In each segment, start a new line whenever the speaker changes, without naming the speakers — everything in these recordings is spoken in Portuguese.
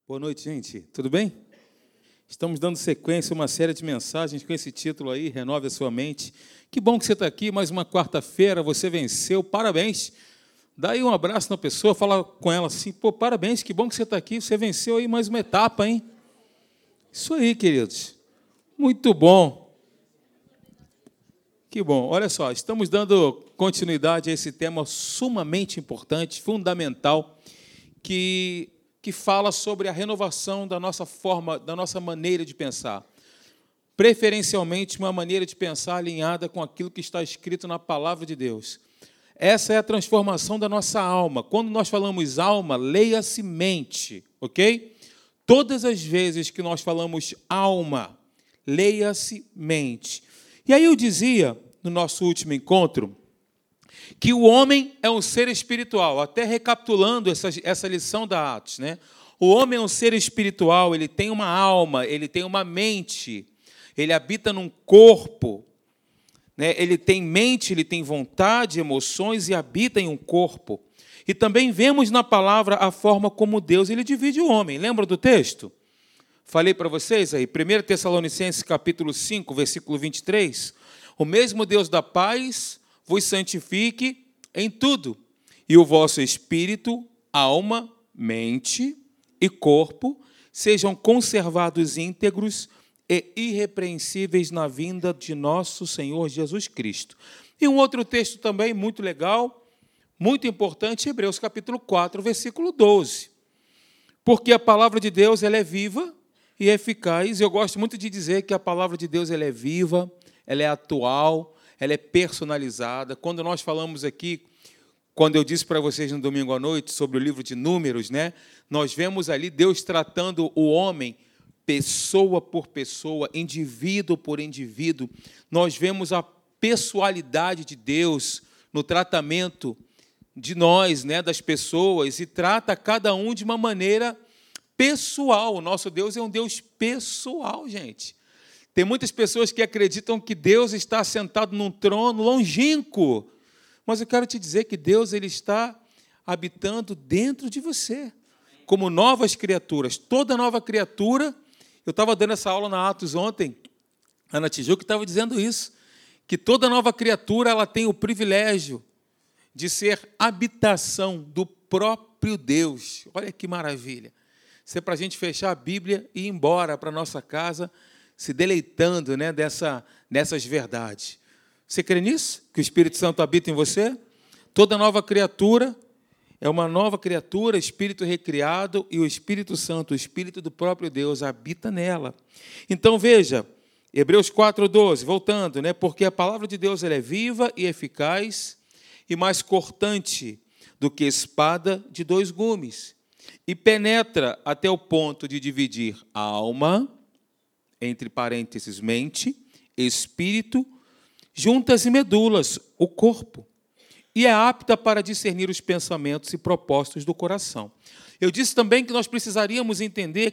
Boa noite, gente. Tudo bem? Estamos dando sequência a uma série de mensagens com esse título aí, Renove a Sua Mente. Que bom que você está aqui, mais uma quarta-feira, você venceu, parabéns. Dá aí um abraço na pessoa, fala com ela assim, parabéns, que bom que você está aqui, você venceu aí mais uma etapa, hein? Isso aí, queridos. Muito bom. Que bom. Olha só, estamos dando continuidade a esse tema sumamente importante, fundamental, que fala sobre a renovação da nossa forma, da nossa maneira de pensar. Preferencialmente, uma maneira de pensar alinhada com aquilo que está escrito na Palavra de Deus. Essa é a transformação da nossa alma. Quando nós falamos alma, leia-se mente, ok? Todas as vezes que nós falamos alma, leia-se mente. E aí eu dizia, no nosso último encontro, que o homem é um ser espiritual, até recapitulando essa lição da Atos, né? O homem é um ser espiritual, ele tem uma alma, ele tem uma mente, ele habita num corpo, né? Ele tem mente, ele tem vontade, emoções e habita em um corpo. E também vemos na palavra a forma como Deus ele divide o homem. Lembra do texto? Falei para vocês aí, 1 Tessalonicenses capítulo 5, versículo 23. O mesmo Deus da paz vos santifique em tudo, e o vosso espírito, alma, mente e corpo sejam conservados íntegros e irrepreensíveis na vinda de nosso Senhor Jesus Cristo. E um outro texto também muito legal, muito importante, Hebreus capítulo 4, versículo 12. Porque a palavra de Deus ela é viva e eficaz. Eu gosto muito de dizer que a palavra de Deus ela é viva, ela é atual, ela é personalizada. Quando nós falamos aqui, quando eu disse para vocês no domingo à noite sobre o livro de Números, né, nós vemos ali Deus tratando o homem pessoa por pessoa, indivíduo por indivíduo. Nós vemos a pessoalidade de Deus no tratamento de nós, né, das pessoas, e trata cada um de uma maneira pessoal. O nosso Deus é um Deus pessoal, gente. Tem muitas pessoas que acreditam que Deus está sentado num trono longínquo, mas eu quero te dizer que Deus ele está habitando dentro de você, como novas criaturas. Toda nova criatura, eu estava dando essa aula na Atos ontem, a Ana Tijuca estava dizendo isso, que toda nova criatura ela tem o privilégio de ser habitação do próprio Deus. Olha que maravilha. Isso é para a gente fechar a Bíblia e ir embora para a nossa casa, se deleitando, né, dessas verdades. Você crê nisso? Que o Espírito Santo habita em você? Toda nova criatura é uma nova criatura, espírito recriado, e o Espírito Santo, o Espírito do próprio Deus, habita nela. Então, veja, Hebreus 4:12, voltando, né, porque a palavra de Deus ela é viva e eficaz e mais cortante do que espada de dois gumes, e penetra até o ponto de dividir a alma, entre parênteses, mente, espírito, juntas e medulas, o corpo, e é apta para discernir os pensamentos e propósitos do coração. Eu disse também que nós precisamos entender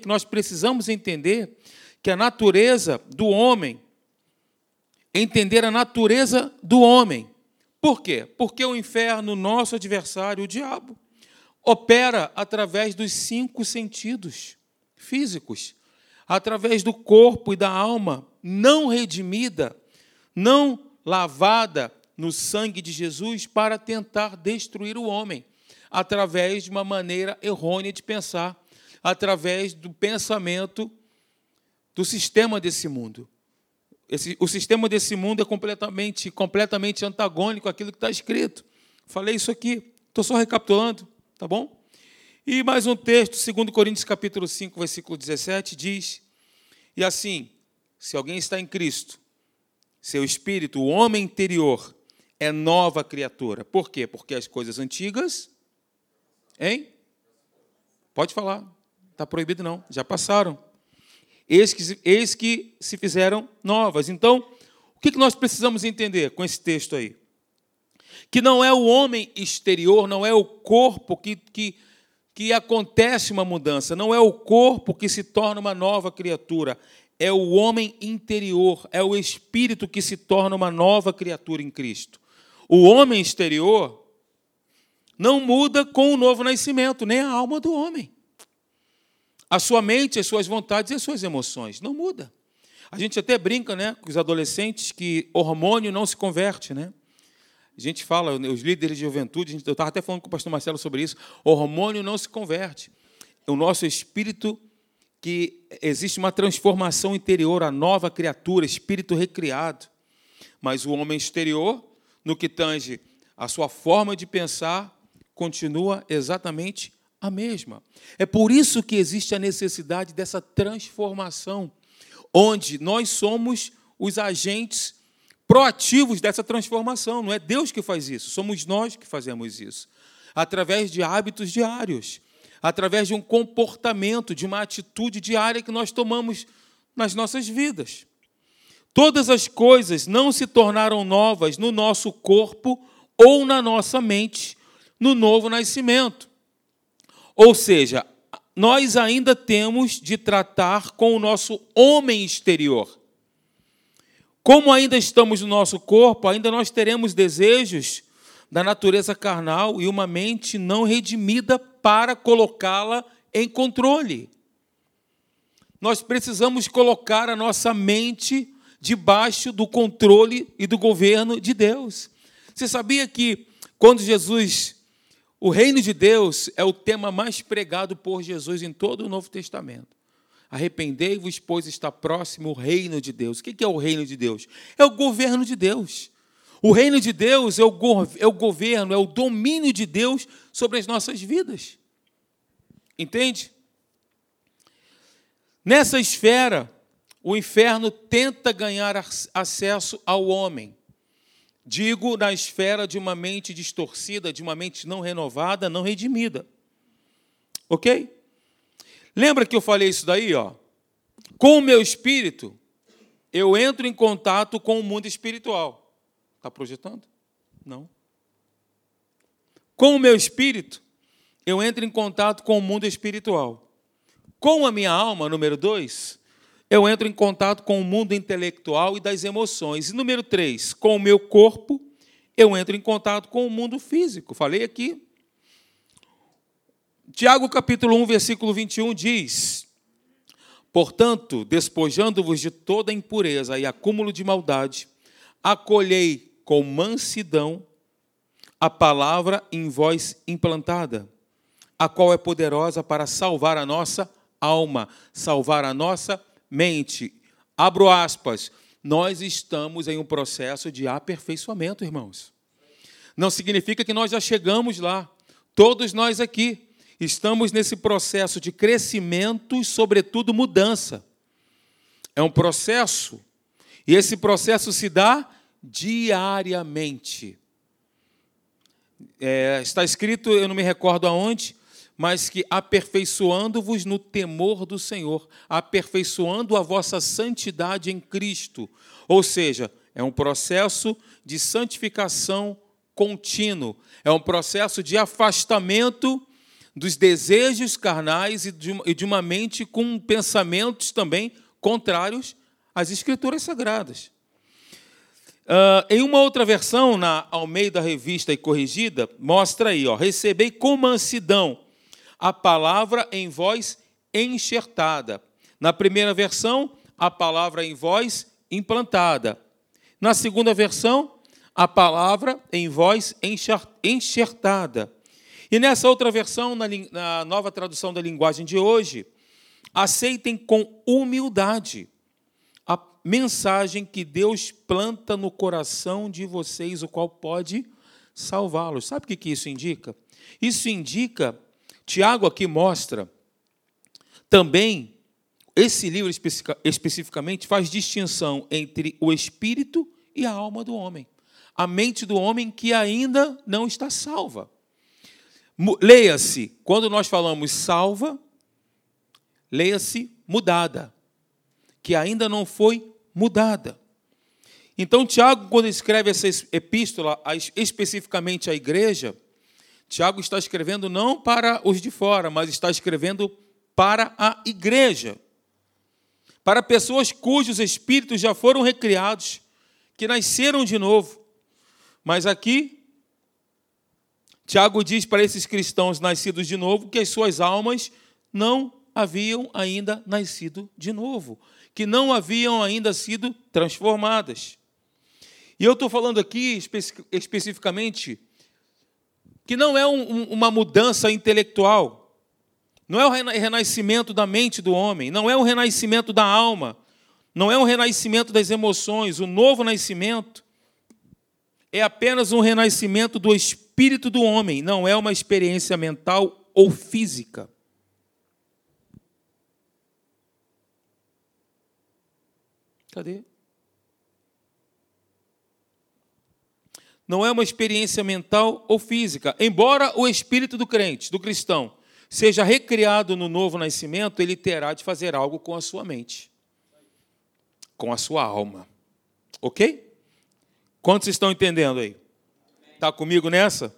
que a natureza do homem, entender a natureza do homem. Por quê? Porque o inferno, nosso adversário, o diabo, opera através dos 5 sentidos físicos, através do corpo e da alma, não redimida, não lavada no sangue de Jesus, para tentar destruir o homem, através de uma maneira errônea de pensar, através do pensamento do sistema desse mundo. O sistema desse mundo é completamente antagônico àquilo que está escrito. Falei isso aqui, estou só recapitulando, tá bom? E mais um texto, 2 Coríntios capítulo 5, versículo 17, diz, e assim, se alguém está em Cristo, seu espírito, o homem interior, é nova criatura. Por quê? Porque as coisas antigas, hein? Pode falar, está proibido não, já passaram. Eis que se fizeram novas. Então, o que nós precisamos entender com esse texto aí? Que não é o homem exterior, não é o corpo que acontece uma mudança, não é o corpo que se torna uma nova criatura, é o homem interior, é o espírito que se torna uma nova criatura em Cristo. O homem exterior não muda com o novo nascimento, nem a alma do homem. a sua mente, as suas vontades e as suas emoções. Não muda. A gente até brinca, né, com os adolescentes que hormônio não se converte, né? A gente fala, os líderes de juventude, eu estava até falando com o pastor Marcelo sobre isso, hormônio não se converte. O nosso espírito, que existe uma transformação interior, a nova criatura, espírito recriado. Mas o homem exterior, no que tange a sua forma de pensar, continua exatamente a mesma. É por isso que existe a necessidade dessa transformação, onde nós somos os agentes proativos dessa transformação. Não é Deus que faz isso, somos nós que fazemos isso. Através de hábitos diários, através de um comportamento, de uma atitude diária que nós tomamos nas nossas vidas. Todas as coisas não se tornaram novas no nosso corpo ou na nossa mente no novo nascimento. Ou seja, nós ainda temos de tratar com o nosso homem exterior. Como ainda estamos no nosso corpo, ainda nós teremos desejos da natureza carnal e uma mente não redimida para colocá-la em controle. Nós precisamos colocar a nossa mente debaixo do controle e do governo de Deus. Você sabia que quando Jesus, o reino de Deus é o tema mais pregado por Jesus em todo o Novo Testamento. Arrependei-vos, pois está próximo o reino de Deus. O que é o reino de Deus? É o governo de Deus. O reino de Deus é o governo, é o domínio de Deus sobre as nossas vidas. Entende? Nessa esfera, o inferno tenta ganhar acesso ao homem. Digo, na esfera de uma mente distorcida, de uma mente não renovada, não redimida. Ok? Lembra que eu falei isso daí? Ó? Com o meu espírito, eu entro em contato com o mundo espiritual. Está projetando? Não. Com o meu espírito, eu entro em contato com o mundo espiritual. Com a minha alma, número 2, eu entro em contato com o mundo intelectual e das emoções. E número 3, com o meu corpo, eu entro em contato com o mundo físico. Falei aqui. Tiago, capítulo 1, versículo 21, diz: portanto, despojando-vos de toda impureza e acúmulo de maldade, acolhei com mansidão a palavra em vós implantada, a qual é poderosa para salvar a nossa alma, salvar a nossa mente. Abro aspas. Nós estamos em um processo de aperfeiçoamento, irmãos. Não significa que nós já chegamos lá. Todos nós aqui estamos nesse processo de crescimento e, sobretudo, mudança. É um processo, e esse processo se dá diariamente. Está escrito, eu não me recordo aonde, mas que aperfeiçoando-vos no temor do Senhor, aperfeiçoando a vossa santidade em Cristo. Ou seja, é um processo de santificação contínuo, é um processo de afastamento dos desejos carnais e de uma mente com pensamentos também contrários às Escrituras Sagradas. Em uma outra versão, na Almeida Revista e Corrigida, mostra aí, ó, recebei com mansidão a palavra em vós enxertada. Na primeira versão, a palavra em vós implantada. Na segunda versão, a palavra em vós enxertada. E nessa outra versão, na nova tradução da linguagem de hoje, aceitem com humildade a mensagem que Deus planta no coração de vocês, o qual pode salvá-los. Sabe o que isso indica? Isso indica, Tiago aqui mostra, também, esse livro especificamente faz distinção entre o espírito e a alma do homem. A mente do homem que ainda não está salva. Leia-se, quando nós falamos salva, leia-se mudada, que ainda não foi mudada. Então, Tiago, quando escreve essa epístola, especificamente à igreja, Tiago está escrevendo não para os de fora, mas está escrevendo para a igreja, para pessoas cujos espíritos já foram recriados, que nasceram de novo. Mas aqui, Tiago diz para esses cristãos nascidos de novo que as suas almas não haviam ainda nascido de novo, que não haviam ainda sido transformadas. E eu estou falando aqui especificamente que não é uma mudança intelectual, não é o renascimento da mente do homem, não é o renascimento da alma, não é um renascimento das emoções. O novo nascimento é apenas um renascimento do espírito do homem, não é uma experiência mental ou física. Cadê? Não é uma experiência mental ou física. Embora o espírito do crente, do cristão, seja recriado no novo nascimento, ele terá de fazer algo com a sua mente, com a sua alma. Ok? Quantos estão entendendo aí? Está comigo nessa?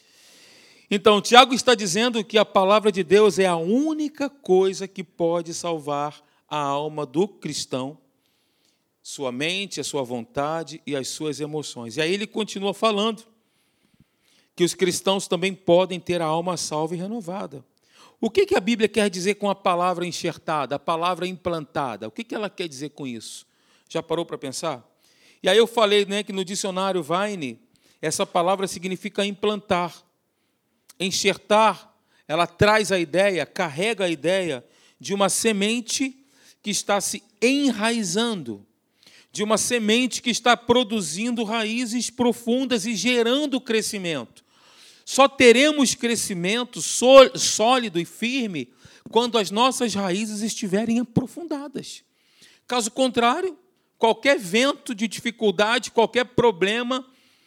Então, Tiago está dizendo que a palavra de Deus é a única coisa que pode salvar a alma do cristão, sua mente, a sua vontade e as suas emoções. E aí ele continua falando que os cristãos também podem ter a alma salva e renovada. O que a Bíblia quer dizer com a palavra enxertada, a palavra implantada? O que ela quer dizer com isso? Já parou para pensar? E aí eu falei, né, que no dicionário Vine, essa palavra significa implantar. Enxertar, ela traz a ideia, carrega a ideia de uma semente que está se enraizando, de uma semente que está produzindo raízes profundas e gerando crescimento. Só teremos crescimento sólido e firme quando as nossas raízes estiverem aprofundadas. Caso contrário, qualquer vento de dificuldade, qualquer problema,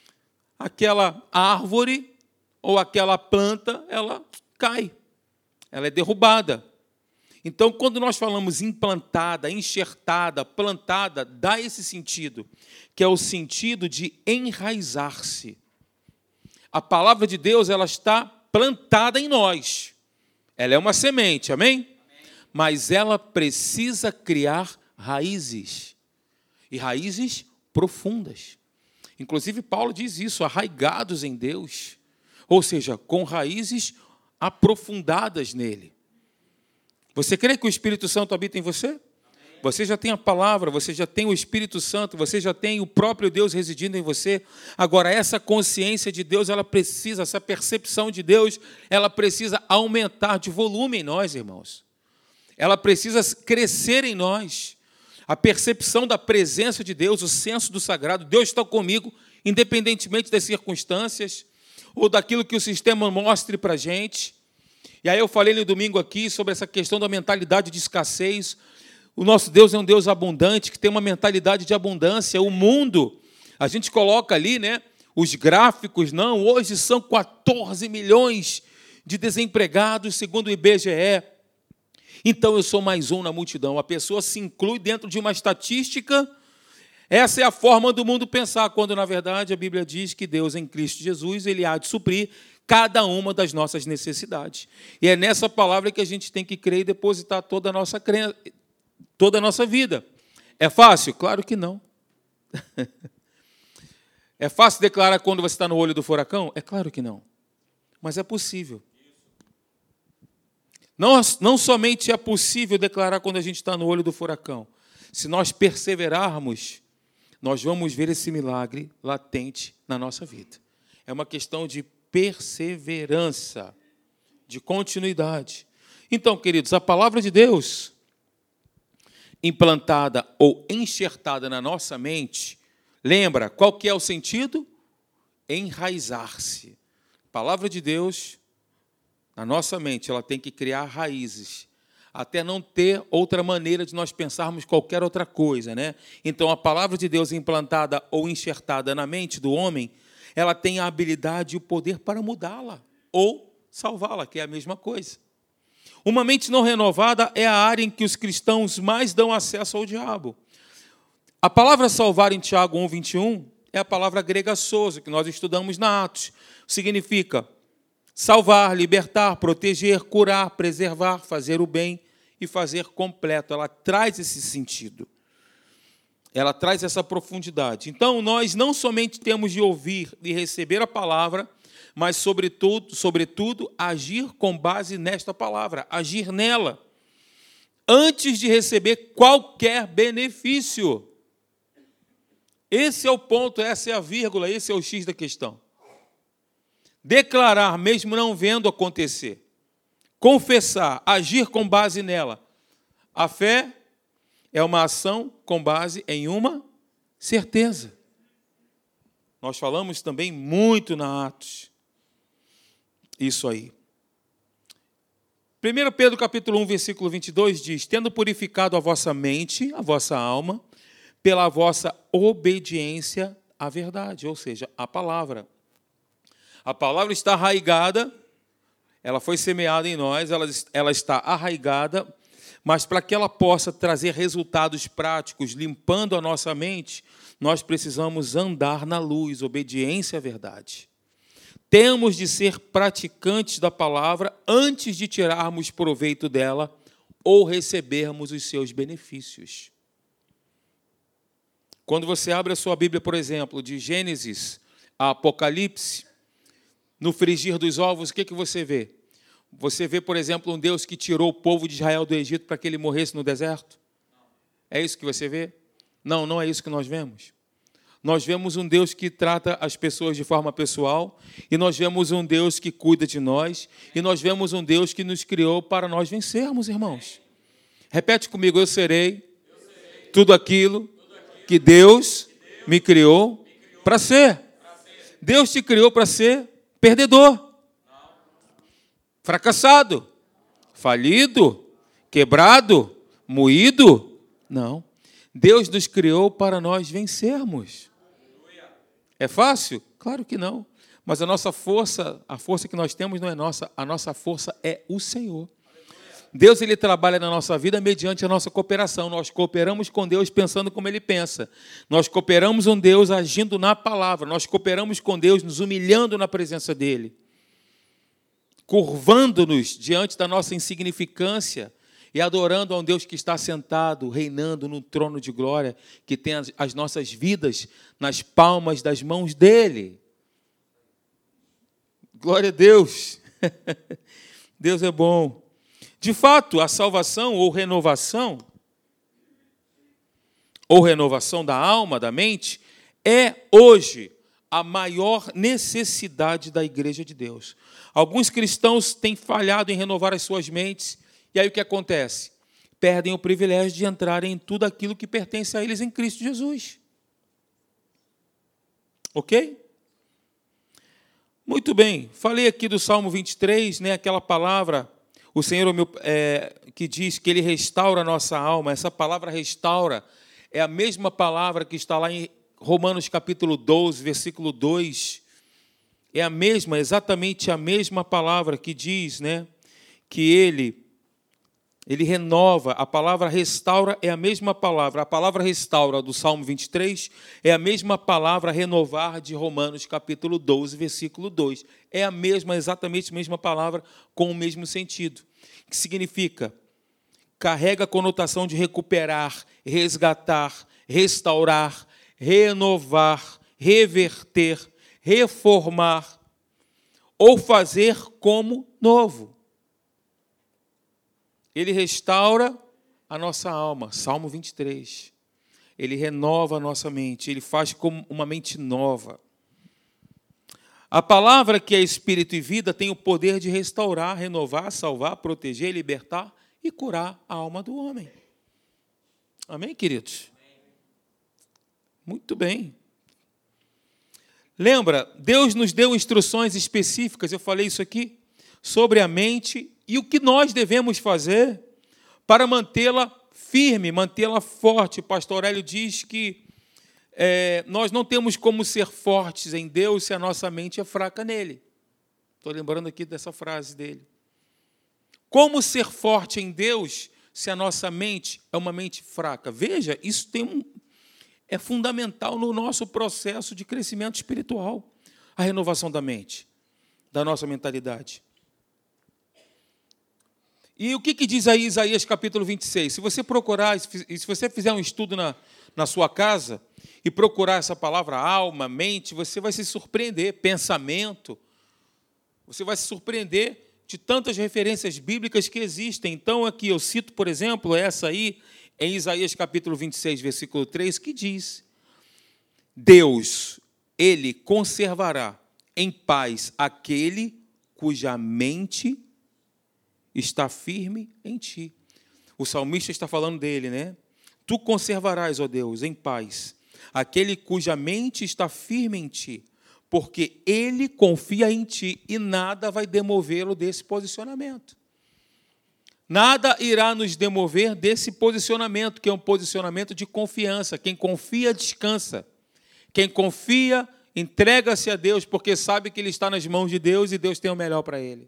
aquela árvore ou aquela planta, ela cai, ela é derrubada. Então, quando nós falamos implantada, enxertada, plantada, dá esse sentido, que é o sentido de enraizar-se. A palavra de Deus, ela está plantada em nós. Ela é uma semente, amém? Mas ela precisa criar raízes, e raízes profundas. Inclusive, Paulo diz isso, arraigados em Deus, ou seja, com raízes aprofundadas nele. Você crê que o Espírito Santo habita em você? Amém. Você já tem a palavra, você já tem o Espírito Santo, você já tem o próprio Deus residindo em você. Agora, essa consciência de Deus, ela precisa, essa percepção de Deus, ela precisa aumentar de volume em nós, irmãos. Ela precisa crescer em nós. A percepção da presença de Deus, o senso do sagrado, Deus está comigo, independentemente das circunstâncias ou daquilo que o sistema mostre para a gente. E aí eu falei no domingo aqui sobre essa questão da mentalidade de escassez. O nosso Deus é um Deus abundante, que tem uma mentalidade de abundância. O mundo, a gente coloca ali, né, os gráficos, não, hoje são 14 milhões de desempregados, segundo o IBGE. Então eu sou mais um na multidão. A pessoa se inclui dentro de uma estatística. Essa é a forma do mundo pensar, quando, na verdade, a Bíblia diz que Deus, em Cristo Jesus, Ele há de suprir cada uma das nossas necessidades. E é nessa palavra que a gente tem que crer e depositar toda a nossa crença, toda a nossa vida. É fácil? Claro que não. É fácil declarar quando você está no olho do furacão? É claro que não. Mas é possível. Não somente é possível declarar quando a gente está no olho do furacão. Se nós perseverarmos, nós vamos ver esse milagre latente na nossa vida. É uma questão de perseverança, de continuidade. Então, queridos, a palavra de Deus, implantada ou enxertada na nossa mente, lembra, qual que é o sentido? Enraizar-se. A palavra de Deus, na nossa mente, ela tem que criar raízes, até não ter outra maneira de nós pensarmos qualquer outra coisa, né? Então, a palavra de Deus implantada ou enxertada na mente do homem, ela tem a habilidade e o poder para mudá-la ou salvá-la, que é a mesma coisa. Uma mente não renovada é a área em que os cristãos mais dão acesso ao diabo. A palavra salvar em Tiago 1:21 é a palavra grega sozo, que nós estudamos na Atos. Significa salvar, libertar, proteger, curar, preservar, fazer o bem e fazer completo. Ela traz esse sentido. Ela traz essa profundidade. Então, nós não somente temos de ouvir e receber a palavra, mas, sobretudo, agir com base nesta palavra, agir nela. antes de receber qualquer benefício. Esse é o ponto, essa é a vírgula, esse é o X da questão. Declarar, mesmo não vendo acontecer. Confessar, agir com base nela. A fé é uma ação com base em uma certeza. Nós falamos também muito na Atos. Isso aí. 1 Pedro capítulo 1, versículo 22 diz: tendo purificado a vossa mente, a vossa alma, pela vossa obediência à verdade, ou seja, à palavra. A palavra está arraigada, ela foi semeada em nós, ela está arraigada, mas para que ela possa trazer resultados práticos, limpando a nossa mente, nós precisamos andar na luz, obediência à verdade. Temos de ser praticantes da palavra antes de tirarmos proveito dela ou recebermos os seus benefícios. Quando você abre a sua Bíblia, por exemplo, de Gênesis a Apocalipse, no frigir dos ovos, o que você vê? Você vê, por exemplo, um Deus que tirou o povo de Israel do Egito para que ele morresse no deserto? É isso que você vê? Não, não é isso que nós vemos. Nós vemos um Deus que trata as pessoas de forma pessoal, e nós vemos um Deus que cuida de nós, e nós vemos um Deus que nos criou para nós vencermos, irmãos. Repete comigo: eu serei tudo aquilo que Deus me criou para ser. Deus te criou para ser perdedor, fracassado, falido, quebrado, moído? Não. Deus nos criou para nós vencermos. É fácil? Claro que não. Mas a nossa força, a força que nós temos não é nossa, a nossa força é o Senhor. Deus, ele trabalha na nossa vida mediante a nossa cooperação. Nós cooperamos com Deus pensando como Ele pensa. Nós cooperamos com Deus agindo na palavra. Nós cooperamos com Deus nos humilhando na presença dEle. Curvando-nos diante da nossa insignificância e adorando a um Deus que está sentado, reinando no trono de glória, que tem as nossas vidas nas palmas das mãos dEle. Glória a Deus. Deus é bom. De fato, a salvação ou renovação da alma, da mente, é hoje a maior necessidade da Igreja de Deus. Alguns cristãos têm falhado em renovar as suas mentes, e aí o que acontece? Perdem o privilégio de entrarem em tudo aquilo que pertence a eles em Cristo Jesus. Ok? Muito bem, falei aqui do Salmo 23, né, aquela palavra... O Senhor que diz que Ele restaura a nossa alma. Essa palavra restaura é a mesma palavra que está lá em Romanos capítulo 12, versículo 2. É a mesma, exatamente a mesma palavra que diz, né, que Ele renova. A palavra restaura é a mesma palavra. A palavra restaura do Salmo 23 é a mesma palavra renovar de Romanos capítulo 12, versículo 2. É a mesma, exatamente a mesma palavra com o mesmo sentido. Que significa, carrega a conotação de recuperar, resgatar, restaurar, renovar, reverter, reformar ou fazer como novo. Ele restaura a nossa alma, Salmo 23. Ele renova a nossa mente, ele faz como uma mente nova. A palavra que é espírito e vida tem o poder de restaurar, renovar, salvar, proteger, libertar e curar a alma do homem. Amém, queridos? Muito bem. Lembra, Deus nos deu instruções específicas, eu falei isso aqui, sobre a mente e o que nós devemos fazer para mantê-la firme, mantê-la forte. O pastor Hélio diz que nós não temos como ser fortes em Deus se a nossa mente é fraca nele. Estou lembrando aqui dessa frase dele. Como ser forte em Deus se a nossa mente é uma mente fraca? Veja, isso é fundamental no nosso processo de crescimento espiritual, a renovação da mente, da nossa mentalidade. E o que diz aí Isaías capítulo 26? Se você procurar, se você fizer um estudo na sua casa e procurar essa palavra alma, mente, você vai se surpreender, pensamento, você vai se surpreender de tantas referências bíblicas que existem. Então, aqui eu cito, por exemplo, essa aí, em Isaías capítulo 26, versículo 3, que diz: Deus, Ele conservará em paz aquele cuja mente está firme em ti. O salmista está falando dele, né? Tu conservarás, ó Deus, em paz aquele cuja mente está firme em ti, porque ele confia em ti e nada vai demovê-lo desse posicionamento. Nada irá nos demover desse posicionamento, que é um posicionamento de confiança. Quem confia, descansa. Quem confia, entrega-se a Deus, porque sabe que ele está nas mãos de Deus e Deus tem o melhor para ele.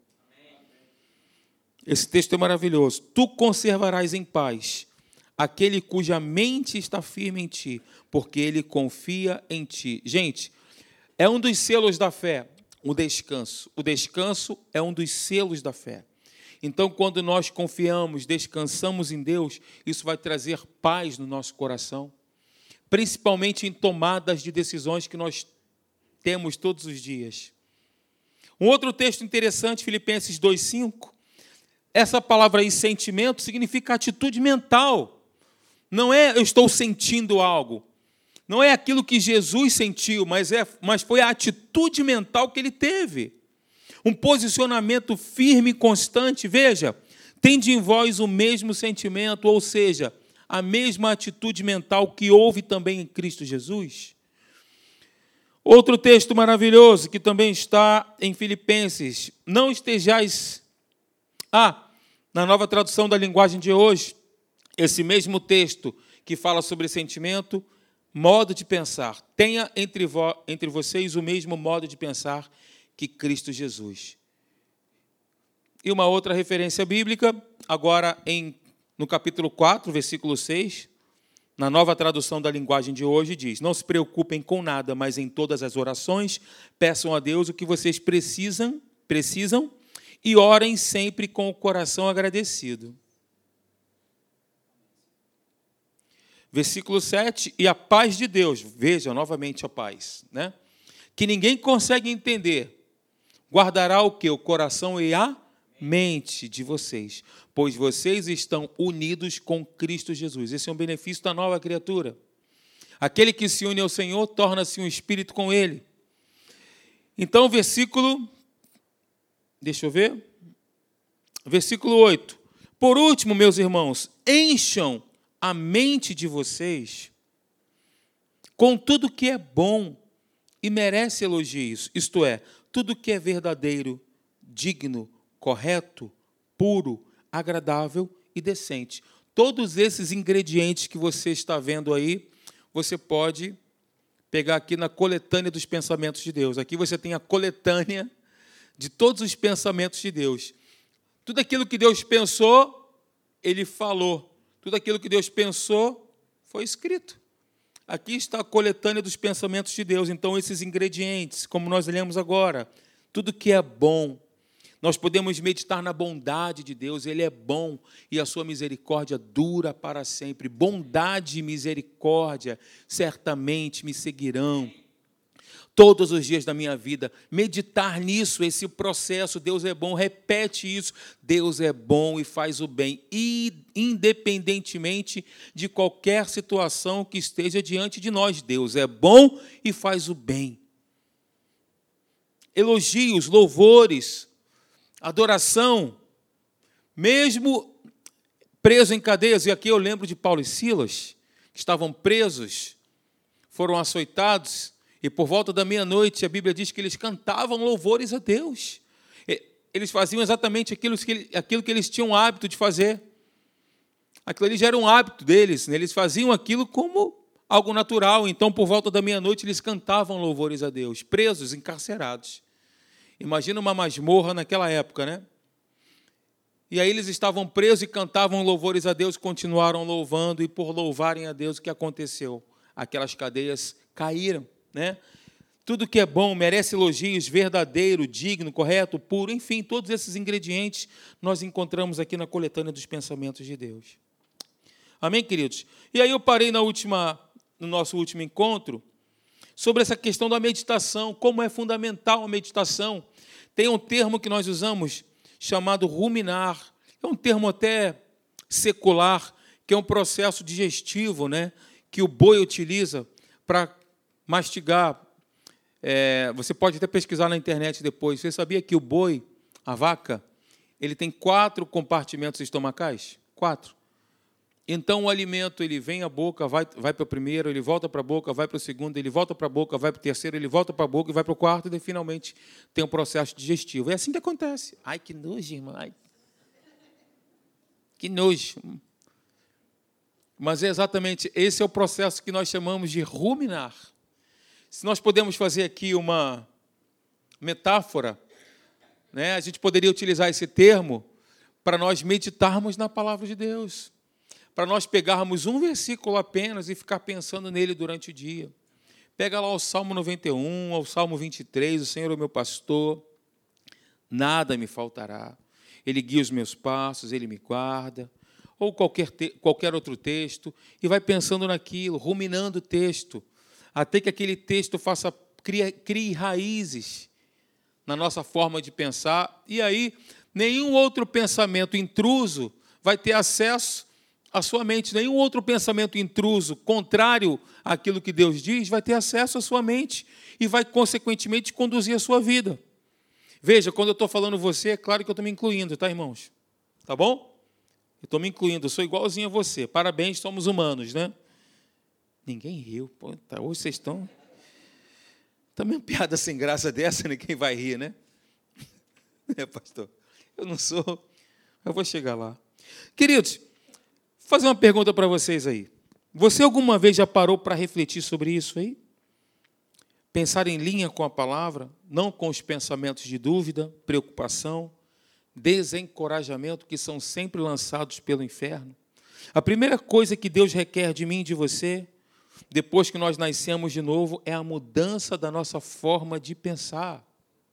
Esse texto é maravilhoso. Tu conservarás em paz aquele cuja mente está firme em ti, porque ele confia em ti. Gente, é um dos selos da fé, o descanso. O descanso é um dos selos da fé. Então, quando nós confiamos, descansamos em Deus, isso vai trazer paz no nosso coração, principalmente em tomadas de decisões que nós temos todos os dias. Um outro texto interessante, Filipenses 2,5, essa palavra aí, sentimento, significa atitude mental. Não é eu estou sentindo algo. Não é aquilo que Jesus sentiu, mas foi a atitude mental que ele teve. Um posicionamento firme e constante. Veja, tende em vós o mesmo sentimento, ou seja, a mesma atitude mental que houve também em Cristo Jesus. Outro texto maravilhoso que também está em Filipenses. Não estejais... na nova tradução da linguagem de hoje, esse mesmo texto que fala sobre sentimento, modo de pensar. Tenha entre vocês o mesmo modo de pensar que Cristo Jesus. E uma outra referência bíblica, agora no capítulo 4, versículo 6, na nova tradução da linguagem de hoje, diz: não se preocupem com nada, mas em todas as orações, peçam a Deus o que vocês precisam e orem sempre com o coração agradecido. Versículo 7, e a paz de Deus, veja novamente a paz, né? Que ninguém consegue entender, guardará o quê? O coração e a mente de vocês, pois vocês estão unidos com Cristo Jesus. Esse é um benefício da nova criatura. Aquele que se une ao Senhor torna-se um espírito com Ele. Então, versículo 8. Por último, meus irmãos, encham a mente de vocês com tudo que é bom e merece elogios, isto é, tudo que é verdadeiro, digno, correto, puro, agradável e decente. Todos esses ingredientes que você está vendo aí, você pode pegar aqui na coletânea dos pensamentos de Deus. Aqui você tem a coletânea de todos os pensamentos de Deus. Tudo aquilo que Deus pensou, Ele falou. Tudo aquilo que Deus pensou foi escrito. Aqui está a coletânea dos pensamentos de Deus. Então, esses ingredientes, como nós lemos agora, tudo que é bom. Nós podemos meditar na bondade de Deus. Ele é bom e a sua misericórdia dura para sempre. Bondade e misericórdia certamente me seguirão todos os dias da minha vida. Meditar nisso, esse processo, Deus é bom, repete isso. Deus é bom e faz o bem, e independentemente de qualquer situação que esteja diante de nós. Deus é bom e faz o bem. Elogios, louvores, adoração, mesmo preso em cadeias, e aqui eu lembro de Paulo e Silas, que estavam presos, foram açoitados, e por volta da meia-noite, a Bíblia diz que eles cantavam louvores a Deus. Eles faziam exatamente aquilo que eles tinham hábito de fazer. Aquilo ali já era um hábito deles, né? Eles faziam aquilo como algo natural. Então, por volta da meia-noite, eles cantavam louvores a Deus, presos, encarcerados. Imagina uma masmorra naquela época, né? E aí eles estavam presos e cantavam louvores a Deus, continuaram louvando, e por louvarem a Deus, o que aconteceu? Aquelas cadeias caíram, né? Tudo que é bom merece elogios, verdadeiro, digno, correto, puro, enfim, todos esses ingredientes nós encontramos aqui na coletânea dos pensamentos de Deus. Amém, queridos? E aí eu parei no nosso último encontro sobre essa questão da meditação, como é fundamental a meditação. Tem um termo que nós usamos chamado ruminar. É um termo até secular, que é um processo digestivo, né, que o boi utiliza para mastigar. Você pode até pesquisar na internet depois. Você sabia que o boi, a vaca, ele tem 4 compartimentos estomacais? 4. Então, o alimento ele vem à boca, vai para o primeiro, ele volta para a boca, vai para o segundo, ele volta para a boca, vai para o terceiro, ele volta para a boca e vai para o quarto, e finalmente tem um processo digestivo. É assim que acontece. Ai, que nojo, irmão. Ai, que nojo. Mas é exatamente esse é o processo que nós chamamos de ruminar. Se nós podemos fazer aqui uma metáfora, né, a gente poderia utilizar esse termo para nós meditarmos na palavra de Deus, para nós pegarmos um versículo apenas e ficar pensando nele durante o dia. Pega lá o Salmo 91, o Salmo 23, o Senhor é o meu pastor, nada me faltará. Ele guia os meus passos, Ele me guarda. Ou qualquer outro texto, e vai pensando naquilo, ruminando o texto, até que aquele texto crie raízes na nossa forma de pensar, e aí nenhum outro pensamento intruso vai ter acesso à sua mente, nenhum outro pensamento intruso, contrário àquilo que Deus diz, vai ter acesso à sua mente e vai, consequentemente, conduzir a sua vida. Veja, quando eu estou falando você, é claro que eu estou me incluindo, tá, irmãos? Tá bom? Eu estou me incluindo, eu sou igualzinho a você. Parabéns, somos humanos, né? Ninguém riu. Pô, tá, hoje vocês estão... Também uma piada sem graça dessa, ninguém vai rir, né? Pastor? Eu não sou... Eu vou chegar lá. Queridos, vou fazer uma pergunta para vocês aí. Você alguma vez já parou para refletir sobre isso aí? Pensar em linha com a palavra, não com os pensamentos de dúvida, preocupação, desencorajamento que são sempre lançados pelo inferno. A primeira coisa que Deus requer de mim e de você, depois que nós nascemos de novo, é a mudança da nossa forma de pensar.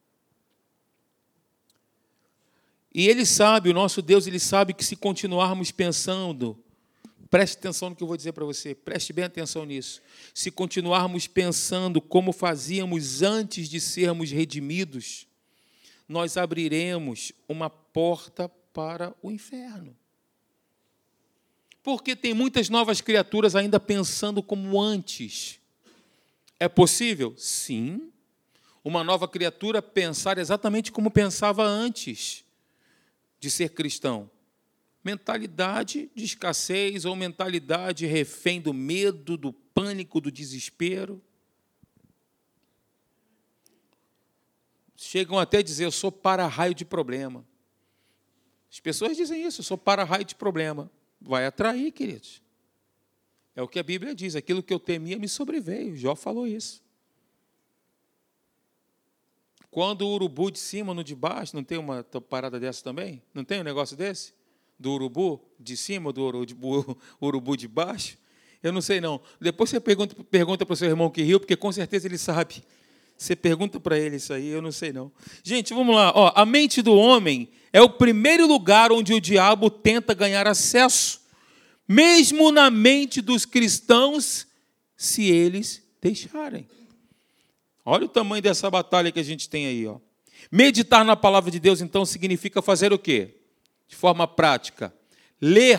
E Ele sabe, o nosso Deus, Ele sabe que se continuarmos pensando, preste atenção no que eu vou dizer para você, preste bem atenção nisso, se continuarmos pensando como fazíamos antes de sermos redimidos, nós abriremos uma porta para o inferno. Porque tem muitas novas criaturas ainda pensando como antes. É possível? Sim. Uma nova criatura pensar exatamente como pensava antes de ser cristão. Mentalidade de escassez ou mentalidade refém do medo, do pânico, do desespero. Chegam até a dizer, eu sou para-raio de problema. As pessoas dizem isso, eu sou para-raio de problema. Vai atrair, queridos. É o que a Bíblia diz, aquilo que eu temia me sobreveio. Jó falou isso. Quando o urubu de cima, no de baixo, não tem uma parada dessa também? Não tem um negócio desse? Do urubu de cima, do urubu de baixo? Eu não sei, não. Depois você pergunta para o seu irmão que riu, porque com certeza ele sabe. Você pergunta para ele isso aí, eu não sei não. Gente, vamos lá. Ó, a mente do homem é o primeiro lugar onde o diabo tenta ganhar acesso, mesmo na mente dos cristãos, se eles deixarem. Olha o tamanho dessa batalha que a gente tem aí. Ó. Meditar na palavra de Deus, então, significa fazer o quê? De forma prática. Ler.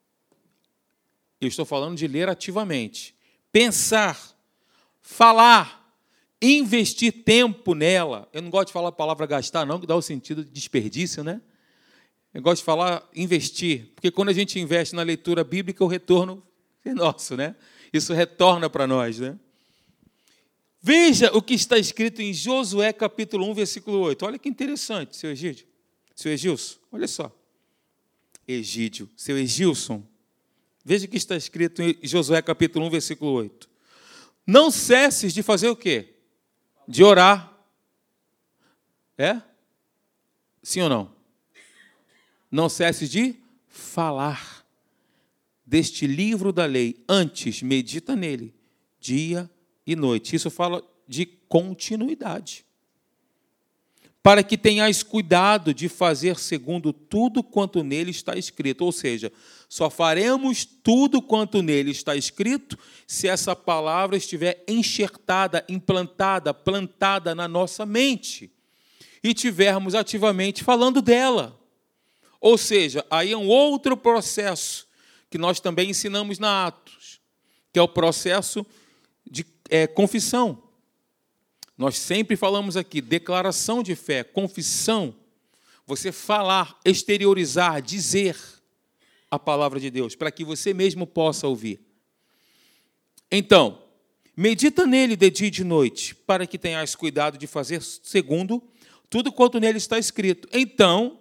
Eu estou falando de ler ativamente. Pensar. Falar. Investir tempo nela. Eu não gosto de falar a palavra gastar, não, que dá o sentido de desperdício, né? Eu gosto de falar investir, porque quando a gente investe na leitura bíblica, o retorno é nosso, né? Isso retorna para nós, né? Veja o que está escrito em Josué, capítulo 1, versículo 8. Olha que interessante, seu Egídio. Seu Egilson, olha só. Egídio, seu Egilson. Veja o que está escrito em Josué, capítulo 1, versículo 8. Não cesses de fazer o quê? De orar. É? Sim ou não? Não cesses de falar deste livro da lei. Antes, medita nele, dia e noite. Isso fala de continuidade. Para que tenhais cuidado de fazer segundo tudo quanto nele está escrito. Ou seja, só faremos tudo quanto nele está escrito se essa palavra estiver enxertada, implantada, plantada na nossa mente. e estivermos ativamente falando dela. Ou seja, aí é um outro processo que nós também ensinamos na Atos, que é o processo de confissão. Nós sempre falamos aqui, declaração de fé, confissão, você falar, exteriorizar, dizer a palavra de Deus, para que você mesmo possa ouvir. Então, medita nele de dia e de noite, para que tenhas cuidado de fazer segundo tudo quanto nele está escrito. Então,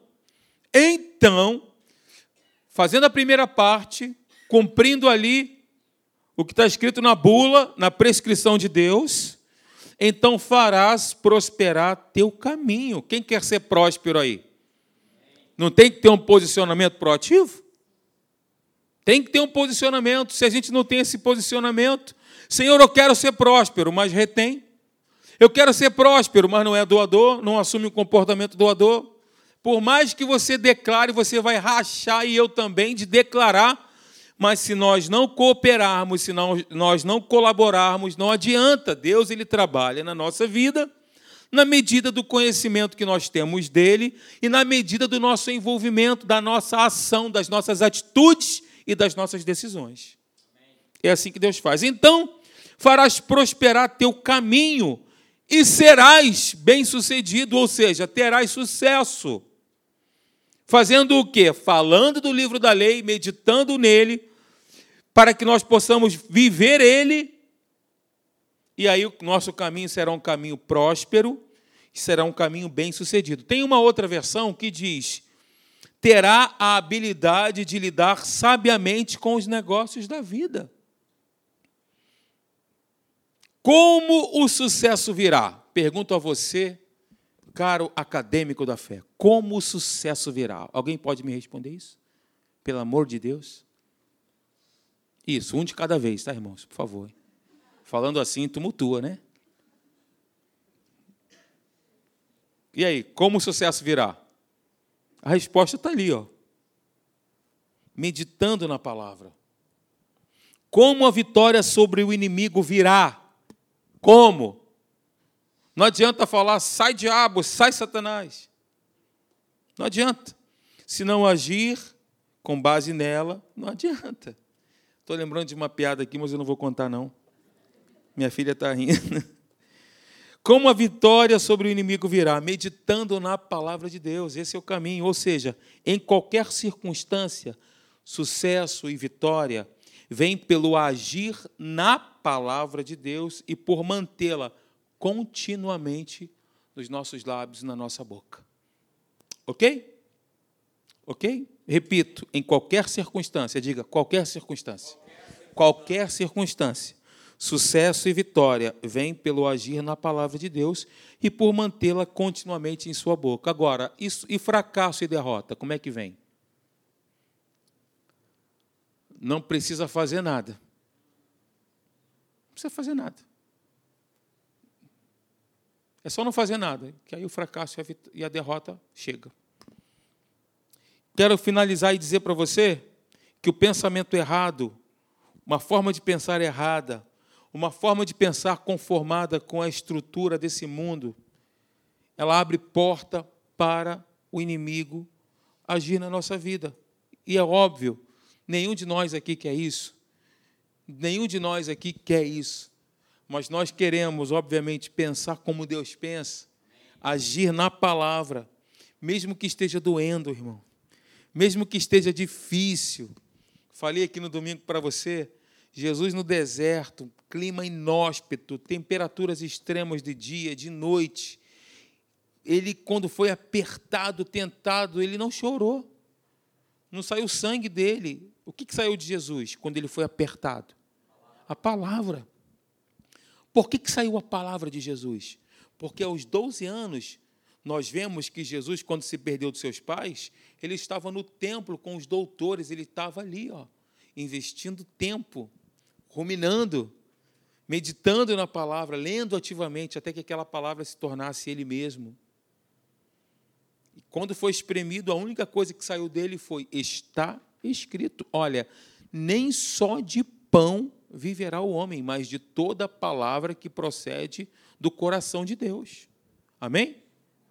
fazendo a primeira parte, cumprindo ali o que está escrito na bula, na prescrição de Deus, então farás prosperar teu caminho. Quem quer ser próspero aí? Não tem que ter um posicionamento proativo? Tem que ter um posicionamento. Se a gente não tem esse posicionamento, Senhor, eu quero ser próspero, mas retém. Eu quero ser próspero, mas não é doador, não assume um comportamento doador. Por mais que você declare, você vai rachar, e eu também, de declarar, mas se nós não cooperarmos, se nós não colaborarmos, não adianta. Deus, ele trabalha na nossa vida, na medida do conhecimento que nós temos dele e na medida do nosso envolvimento, da nossa ação, das nossas atitudes e das nossas decisões. É assim que Deus faz. Então, farás prosperar teu caminho e serás bem-sucedido, ou seja, terás sucesso. Fazendo o quê? Falando do livro da lei, meditando nele, para que nós possamos viver ele, e aí o nosso caminho será um caminho próspero, será um caminho bem-sucedido. Tem uma outra versão que diz: terá a habilidade de lidar sabiamente com os negócios da vida. Como o sucesso virá? Pergunto a você, caro acadêmico da fé, como o sucesso virá? Alguém pode me responder isso? Pelo amor de Deus. Isso, um de cada vez, tá, irmãos? Por favor. Falando assim, tumultua, né? E aí, como o sucesso virá? A resposta está ali, ó. Meditando na palavra. Como a vitória sobre o inimigo virá? Como? Não adianta falar, sai diabo, sai Satanás. Não adianta. Se não agir com base nela, não adianta. Estou lembrando de uma piada aqui, mas eu não vou contar, não. Minha filha está rindo. Como a vitória sobre o inimigo virá? Meditando na palavra de Deus. Esse é o caminho. Ou seja, em qualquer circunstância, sucesso e vitória vem pelo agir na palavra de Deus e por mantê-la continuamente nos nossos lábios e na nossa boca. Ok? Ok? Repito, em qualquer circunstância, diga, qualquer circunstância. Qualquer circunstância. Sucesso e vitória vem pelo agir na palavra de Deus e por mantê-la continuamente em sua boca. Agora, isso, e fracasso e derrota, como é que vem? Não precisa fazer nada. Não precisa fazer nada. É só não fazer nada, que aí o fracasso e a derrota chegam. Quero finalizar e dizer para você que o pensamento errado, uma forma de pensar errada, uma forma de pensar conformada com a estrutura desse mundo, ela abre porta para o inimigo agir na nossa vida. E é óbvio, nenhum de nós aqui quer isso. Nenhum de nós aqui quer isso. Mas nós queremos, obviamente, pensar como Deus pensa, agir na palavra, mesmo que esteja doendo, irmão. Mesmo que esteja difícil. Falei aqui no domingo para você, Jesus no deserto, clima inóspito, temperaturas extremas de dia, de noite. Ele, quando foi apertado, tentado, ele não chorou. Não saiu sangue dele. O que saiu de Jesus quando ele foi apertado? A palavra. Por que saiu a palavra de Jesus? Porque aos 12 anos, nós vemos que Jesus, quando se perdeu dos seus pais, ele estava no templo com os doutores, ele estava ali, ó, investindo tempo, ruminando, meditando na palavra, lendo ativamente, até que aquela palavra se tornasse ele mesmo. E quando foi espremido, a única coisa que saiu dele foi: está escrito. Olha, nem só de pão viverá o homem, mas de toda palavra que procede do coração de Deus. Amém?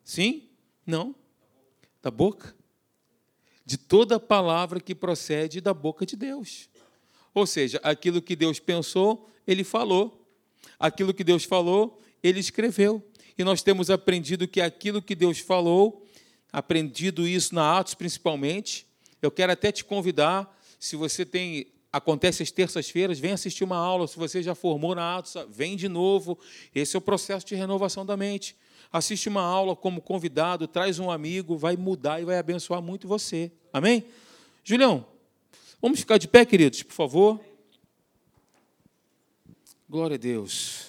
Sim? Não. Da boca? De toda palavra que procede da boca de Deus. Ou seja, aquilo que Deus pensou, Ele falou. Aquilo que Deus falou, Ele escreveu. E nós temos aprendido que aquilo que Deus falou, aprendido isso na Atos principalmente. Eu quero até te convidar, se você acontece às terças-feiras, vem assistir uma aula. Se você já formou na Atos, vem de novo. Esse é o processo de renovação da mente. Assiste uma aula como convidado, traz um amigo, vai mudar e vai abençoar muito você. Amém? Julião, vamos ficar de pé, queridos, por favor. Glória a Deus.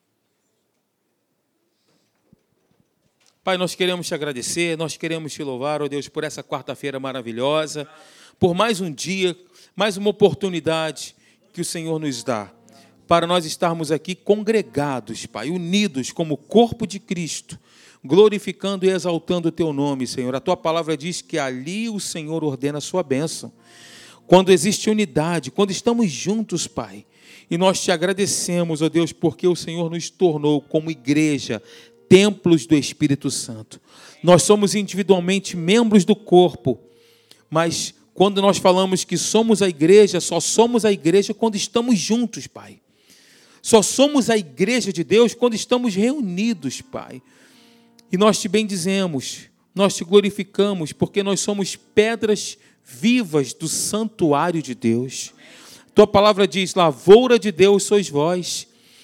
Pai, nós queremos te agradecer, nós queremos te louvar, ó Deus, por essa quarta-feira maravilhosa, por mais um dia, mais uma oportunidade que o Senhor nos dá, para nós estarmos aqui congregados, Pai, unidos como corpo de Cristo, glorificando e exaltando o Teu nome, Senhor. A Tua palavra diz que ali o Senhor ordena a sua bênção. Quando existe unidade, quando estamos juntos, Pai, e nós te agradecemos, ó Deus, porque o Senhor nos tornou como igreja, templos do Espírito Santo. Nós somos individualmente membros do corpo, mas quando nós falamos que somos a igreja, só somos a igreja quando estamos juntos, Pai. Só somos a igreja de Deus quando estamos reunidos, Pai. E nós te bendizemos, nós te glorificamos, porque nós somos pedras vivas do santuário de Deus. Tua palavra diz, lavoura de Deus sois vós,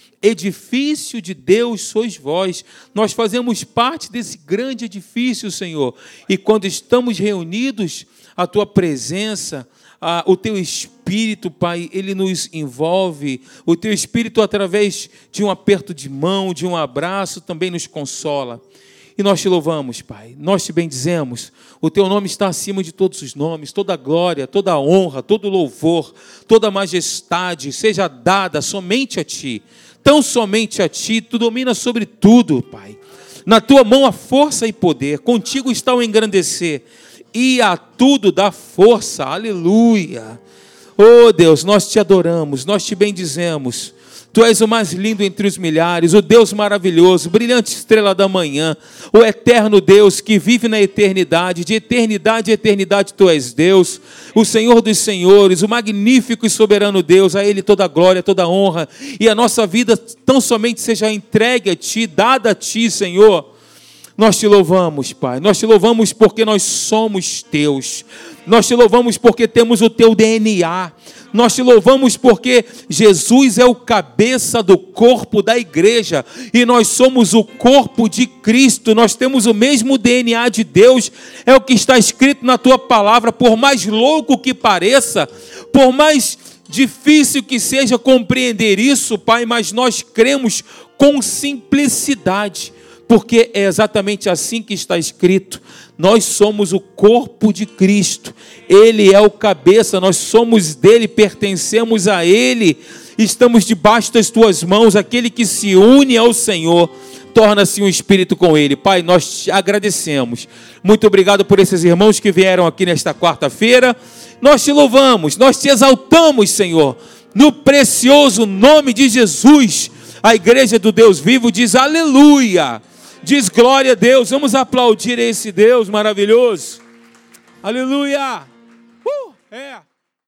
edifício de Deus sois vós. Nós fazemos parte desse grande edifício, Senhor. E quando estamos reunidos, a Tua presença, o Teu Espírito, Pai, Ele nos envolve. O Teu Espírito, através de um aperto de mão, de um abraço, também nos consola. E nós te louvamos, Pai, nós te bendizemos. O Teu nome está acima de todos os nomes. Toda a glória, toda a honra, todo o louvor, toda a majestade seja dada somente a Ti. Tão somente a Ti, Tu dominas sobre tudo, Pai. Na Tua mão há força e poder. Contigo está o engrandecer. E a tudo dá força. Aleluia. Oh Deus, nós te adoramos, nós te bendizemos. Tu és o mais lindo entre os milhares, o Deus maravilhoso, brilhante estrela da manhã, o eterno Deus que vive na eternidade, de eternidade a eternidade Tu és Deus, o Senhor dos senhores, o magnífico e soberano Deus, a Ele toda a glória, toda a honra, e a nossa vida tão somente seja entregue a Ti, dada a Ti, Senhor. Nós te louvamos, Pai, nós te louvamos porque nós somos Teus, nós te louvamos porque temos o Teu DNA, nós te louvamos porque Jesus é o cabeça do corpo da igreja e nós somos o corpo de Cristo, nós temos o mesmo DNA de Deus, é o que está escrito na Tua palavra. Por mais louco que pareça, por mais difícil que seja compreender isso, Pai, mas nós cremos com simplicidade, porque é exatamente assim que está escrito. Nós somos o corpo de Cristo, Ele é o cabeça, nós somos dele, pertencemos a Ele, estamos debaixo das Tuas mãos. Aquele que se une ao Senhor, torna-se um espírito com Ele. Pai, nós te agradecemos, muito obrigado por esses irmãos que vieram aqui nesta quarta-feira, nós te louvamos, nós te exaltamos, Senhor, no precioso nome de Jesus. A igreja do Deus vivo diz aleluia. Diz glória a Deus. Vamos aplaudir esse Deus maravilhoso. Aleluia.